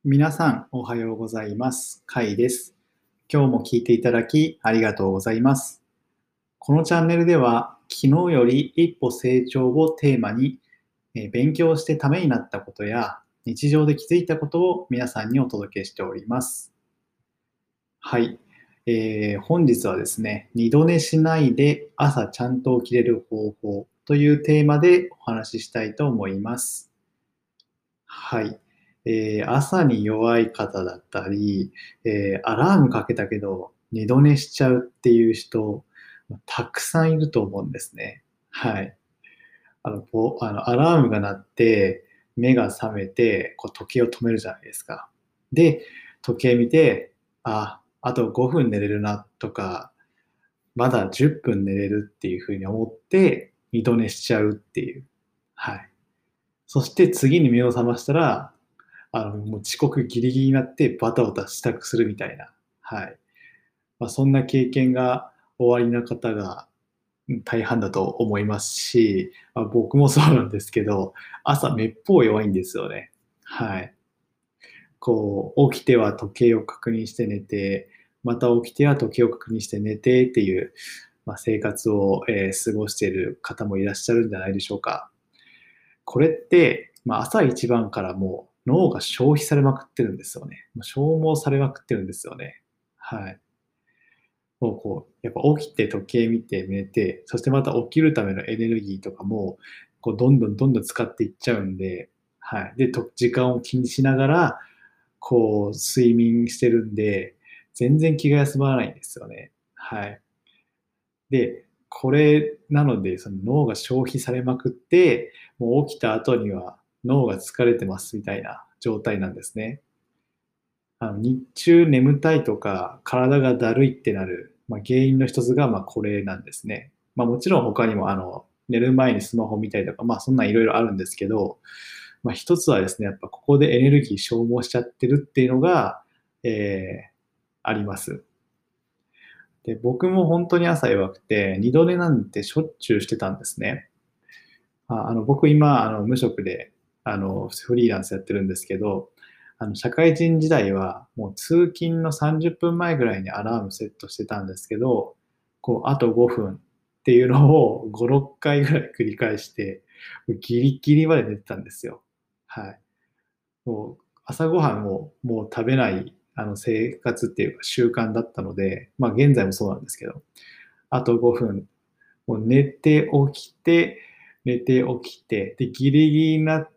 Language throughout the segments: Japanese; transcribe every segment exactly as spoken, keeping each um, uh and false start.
皆さん、おはようございます。カイです。今日も聞いていただきありがとうございます。このチャンネルでは、昨日より一歩成長をテーマに、えー勉強してためになったことや、日常で気づいたことを皆さんにお届けしております。はい。えー本日はですね、二度寝しないで朝ちゃんと起きれる方法というテーマでお話ししたいと思います。はい。えー朝に弱い方だったり、えーアラームかけたけど二度寝しちゃうっていう人、またくさんいると思うんですね。はい。あの、ぼあのアラームが鳴って、目が覚めて、こう時計を止めるじゃないですか。で、時計見て、あ、あとごふん寝れるなとか、まだじゅっぷん寝れるっていうふうに思って、二度寝しちゃうっていう。はい。そして次に目を覚ましたら、あの、もう遅刻ギリギリになってバタバタ支度するみたいな。はい。まあ、そんな経験がおありな方がうん大半だと思いますし、まあ、僕もそうなんですけど、朝めっぽう弱いんですよね。はい。こう、起きては時計を確認して寝て、また起きては時計を確認して寝てっていう、まあ、生活を、えー過ごしている方もいらっしゃるんじゃないでしょうか。これって、まあ、朝一番からもう脳が消費されまくってるんですよね。もう消耗されまくってるんですよね。はい。もうこう、やっぱ起きて時計見て寝て、そしてまた起きるためのエネルギーとかも、こうどんどんどんどん使っていっちゃうんで、はい。で、と時間を気にしながら、こう睡眠してるんで、全然気が休まらないんですよね。はい。で、これなので、その脳が消費されまくって、もう起きた後には脳が疲れてますみたいな状態なんですね。あの日中眠たいとか体がだるいってなる、まあ、原因の一つがまあこれなんですね。まあ、もちろん他にもあの寝る前にスマホ見たりとか、まあ、そんなんいろいろあるんですけど、まあ、一つはですね、やっぱここでエネルギー消耗しちゃってるっていうのが、えーあります。で、僕も本当に朝弱くて、二度寝なんてしょっちゅうしてたんですね。ああの僕今、あの無職であのフリーランスやってるんですけど、あの社会人時代はもう通勤のさんじゅっぷんまえぐらいにアラームセットしてたんですけど、こうあとごふんっていうのをご、ろっかいぐらい繰り返して、ギリギリまで寝てたんですよ。はい。もう朝ごはんをもう食べないあの生活っていうか習慣だったので、まあ現在もそうなんですけど、あとごふん、もう寝て起きて、寝て起きて、で、ギリギリになって、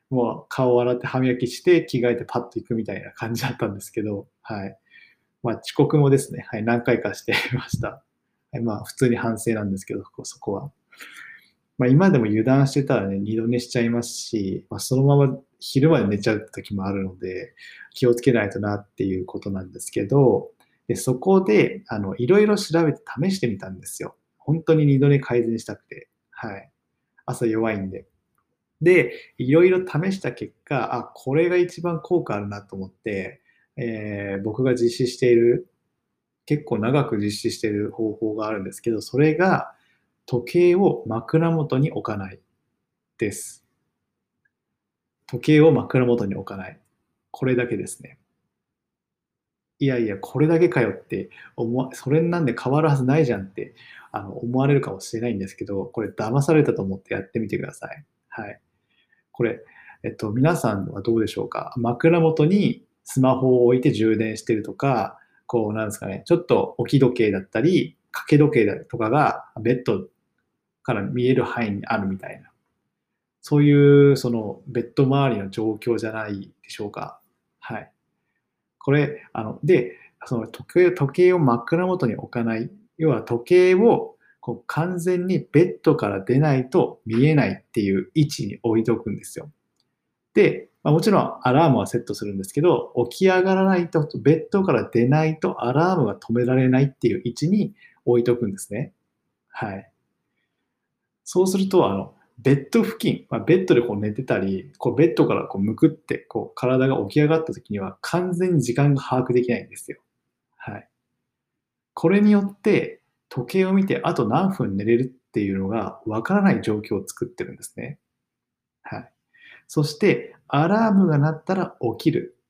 もう顔を洗って歯磨きして着替えてパッと行くみたいな感じだったんですけど、はい。まあ遅刻もですね、はい、何回かしてました。はい、まあ普通に反省なんですけど、そこは。まあ今でも油断してたらね、二度寝しちゃいますし、まあそのまま昼まで寝ちゃう時もあるので、気をつけないとなっていうことなんですけど、でそこで、あの、いろいろ調べて試してみたんですよ。本当に二度寝改善したくて。はい。朝弱いんで。で、いろいろ試した結果、あ、これが一番効果あるなと思って、えー僕が実施している、結構長く実施している方法があるんですけど、それが時計を枕元に置かないです。時計を枕元に置かない。これだけですね。いやいや、これだけかよって思わ、それなんで変わるはずないじゃんってあの思われるかもしれないんですけど、これ騙されたと思ってやってみてください。はい。これ、えっと、皆さんはどうでしょうか。枕元にスマホを置いて充電してるとか、こう、なんですかね、ちょっと置き時計だったり、掛け時計だとかがベッドから見える範囲にあるみたいな、そういうそのベッド周りの状況じゃないでしょうか。はい。これ、あの、で、その時計時計を枕元に置かない。要は時計をこう完全にベッドから出ないと見えないっていう位置に置いておくんですよ。で、まあ、もちろんアラームはセットするんですけど、起き上がらないと、ベッドから出ないとアラームが止められないっていう位置に置いとくんですね。はい。そうすると、あの、ベッド付近、まあ、ベッドでこう寝てたり、こうベッドからこうむくって、こう体が起き上がった時には完全に時間が把握できないんですよ。はい。これによって時計を見てあと何分寝れるっていうのがわからない状況を作ってるんですね。はい。そしてアラームが鳴ったら起きる。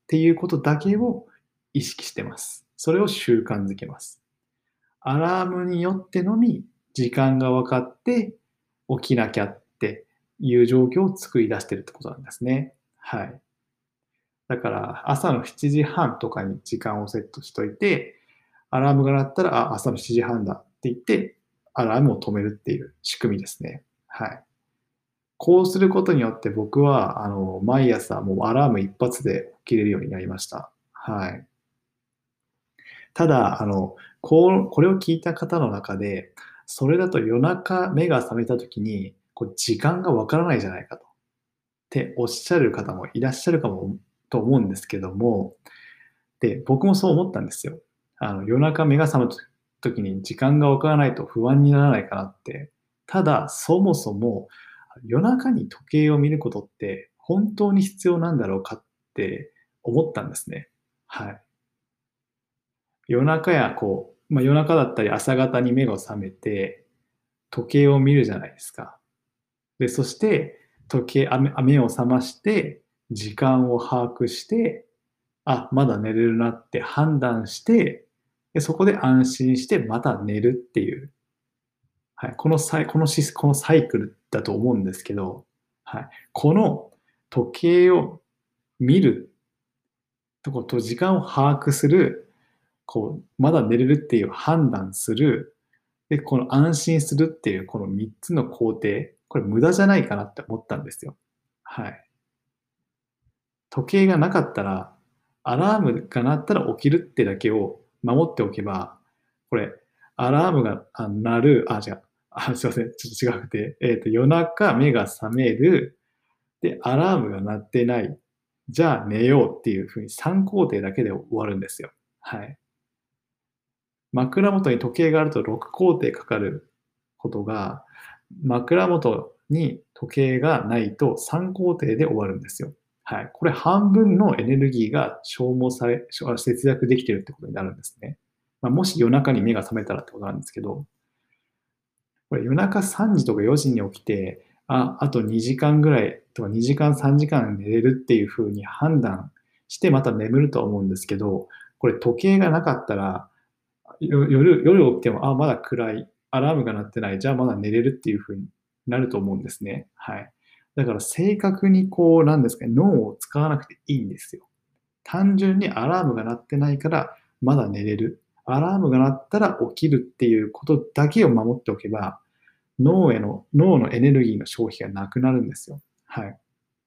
っていうことだけを意識してます。それを習慣づけます。アラームによってのみ時間が分かって起きなきゃっていう状況を作り出しているってことなんですね。はい。だから朝のしちじはんとかに時間をセットしといて、アラームが鳴ったら、あ、朝のしちじはんだって言って、アラームを止めるっていう仕組みですね。はい。こうすることによって僕は、あの、毎朝もうアラーム一発で起きれるようになりました。はい。ただ、あの、こう、これを聞いた方の中で、それだと夜中目が覚めた時に、こう時間がわからないじゃないかと。っておっしゃる方もいらっしゃるかもと思うんですけども、で、僕もそう思ったんですよ。あの、夜中目が覚めた時に時間がわからないと不安にならないかなって。ただ、そもそも夜中に時計を見ることって本当に必要なんだろうかって思ったんですね。はい。夜中やこう、まあ、夜中だったり朝方に目が覚めて時計を見るじゃないですか。で、そして時計、あ目目を覚まして時間を把握して、あ、まだ寝れるなって判断して、でそこで安心してまた寝るっていう、はい、このサイこのシスこのサイクルだと思うんですけど、はい、この時計を見るとこと時間を把握する、こう、まだ寝れるっていう判断する、で、この安心するっていうこのみっつの工程、これ無駄じゃないかなって思ったんですよ。はい。時計がなかったら、アラームが鳴ったら起きるってだけを守っておけば、これ、アラームがあ鳴る、あ、違う、あ、すいません、ちょっと違くて、えっと、夜中目が覚める、で、アラームが鳴ってない、じゃあ寝ようっていう風にさん工程だけで終わるんですよ。はい。枕元に時計があるとろく工程かかることが、枕元に時計がないとさん工程で終わるんですよ。はい。これ半分のエネルギーが消耗され、節約できているってことになるんですね。まあ、もし夜中に目が覚めたらってことなんですけど、これ夜中さんじとかよじに起きて、あ、あとにじかんぐらいとかにじかんさんじかん寝れるっていう風に判断してまた眠ると思うんですけど、これ時計がなかったら、夜、夜起きても、あ、まだ暗い。アラームが鳴ってない。じゃあまだ寝れるっていう風になると思うんですね。はい。だから正確にこう、なんですかね、脳を使わなくていいんですよ。単純にアラームが鳴ってないから、まだ寝れる。アラームが鳴ったら起きるっていうことだけを守っておけば、脳への、脳のエネルギーの消費がなくなるんですよ。はい。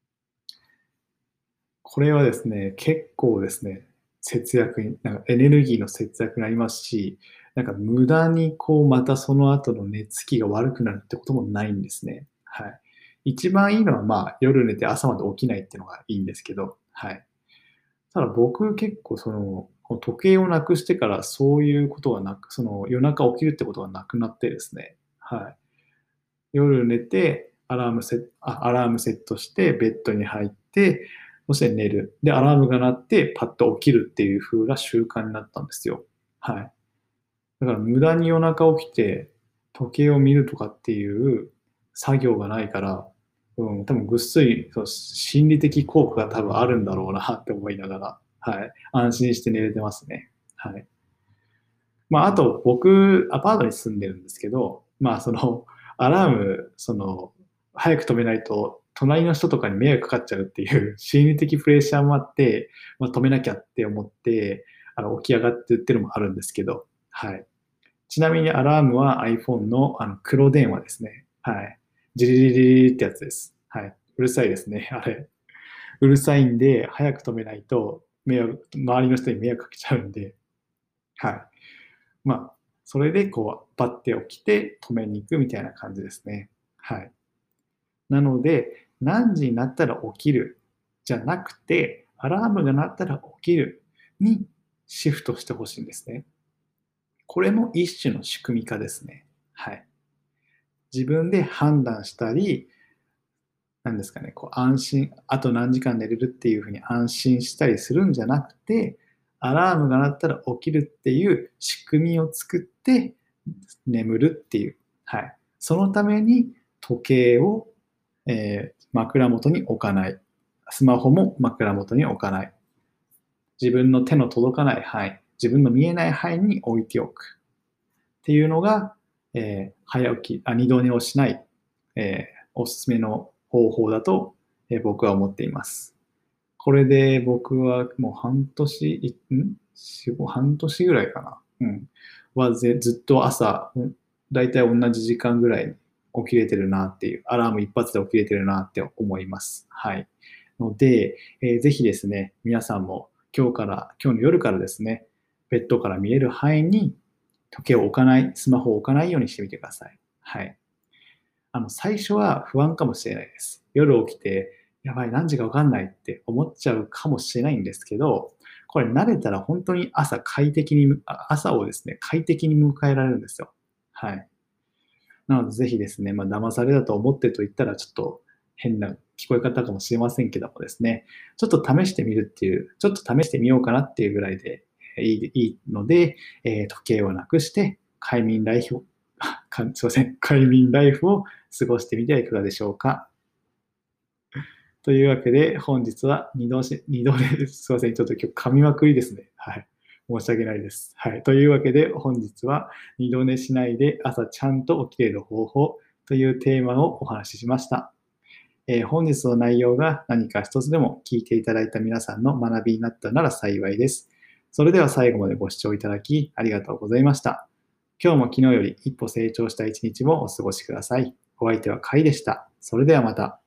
これはですね、結構ですね、節約に、なんかエネルギーの節約になりますし、なんか無駄にこうまたその後の寝つきが悪くなるってこともないんですね。はい。一番いいのはまあ夜寝て朝まで起きないっていうのがいいんですけど、はい。ただ僕結構その時計をなくしてからそういうことがなく、その夜中起きるってことがなくなってですね、はい。夜寝て、アラームセット、あ、アラームセットして、ベッドに入って、そして寝る。で、アラームが鳴って、パッと起きるっていう風な習慣になったんですよ。はい。だから無駄に夜中起きて、時計を見るとかっていう作業がないから、うん、多分ぐっすり、そう、心理的効果が多分あるんだろうなって思いながら、はい。安心して寝れてますね。はい。まあ、あと僕、アパートに住んでるんですけど、まあ、その、アラーム、その、早く止めないと、隣の人とかに迷惑かかっちゃうっていう心理的プレッシャーもあって、まあ、止めなきゃって思って、あの、起き上がってっていうのもあるんですけど、はい。ちなみにアラームは iPhone のあの黒電話ですね。はい。ジリリリリってやつです。はい。うるさいですね。あれ。うるさいんで、早く止めないと、迷惑、周りの人に迷惑かけちゃうんで、はい。まあ、それでこう、パッて起きて止めに行くみたいな感じですね。はい。なので、何時になったら起きるじゃなくて、アラームが鳴ったら起きるにシフトしてほしいんですね。これも一種の仕組み化ですね。はい。自分で判断したり、なんですかね、こう安心、あと何時間寝れるっていうふうに安心したりするんじゃなくて、アラームが鳴ったら起きるっていう仕組みを作って眠るっていう。はい。そのために時計を、えー枕元に置かない。スマホも枕元に置かない。 自分の手の届かない範囲、自分の見えない範囲に置いておくっていうのが、えー早起き、あ、二度寝をしない、えーおすすめの方法だと、えー僕は思っています。これで僕はもう半年、いん四五半年ぐらいかな。うん。はぜずっと朝、うんだいたい同じ時間ぐらいに起きれてるなっていう、アラーム一発で起きれてるなって思います。はい。ので、えーぜひですね、皆さんも今日から、今日の夜からですね、ベッドから見える範囲に時計を置かない、スマホを置かないようにしてみてください。はい。あの、最初は不安かもしれないです。夜起きて、やばい、何時か分かんないって思っちゃうかもしれないんですけど、これ慣れたら本当に朝快適に、朝をですね、快適に迎えられるんですよ。はい。なので、ぜひですね、まあ、騙されだと思ってと言ったら、ちょっと変な聞こえ方かもしれませんけどもですね、ちょっと試してみるっていう、ちょっと試してみようかなっていうぐらいでいいいいので、えー時計をなくして、快眠ライフを、かすいません、快眠ライフを過ごしてみてはいかがでしょうか。というわけで、本日は二度し、二度です。すいません。ちょっと今日噛みまくりですね。はい。申し訳ないです。はい。というわけで、本日は二度寝しないで朝ちゃんと起きれる方法というテーマをお話ししました。えー本日の内容が何か一つでも聞いていただいた皆さんの学びになったなら幸いです。それでは最後までご視聴いただきありがとうございました。今日も昨日より一歩成長した一日をお過ごしください。お相手はカイでした。それではまた。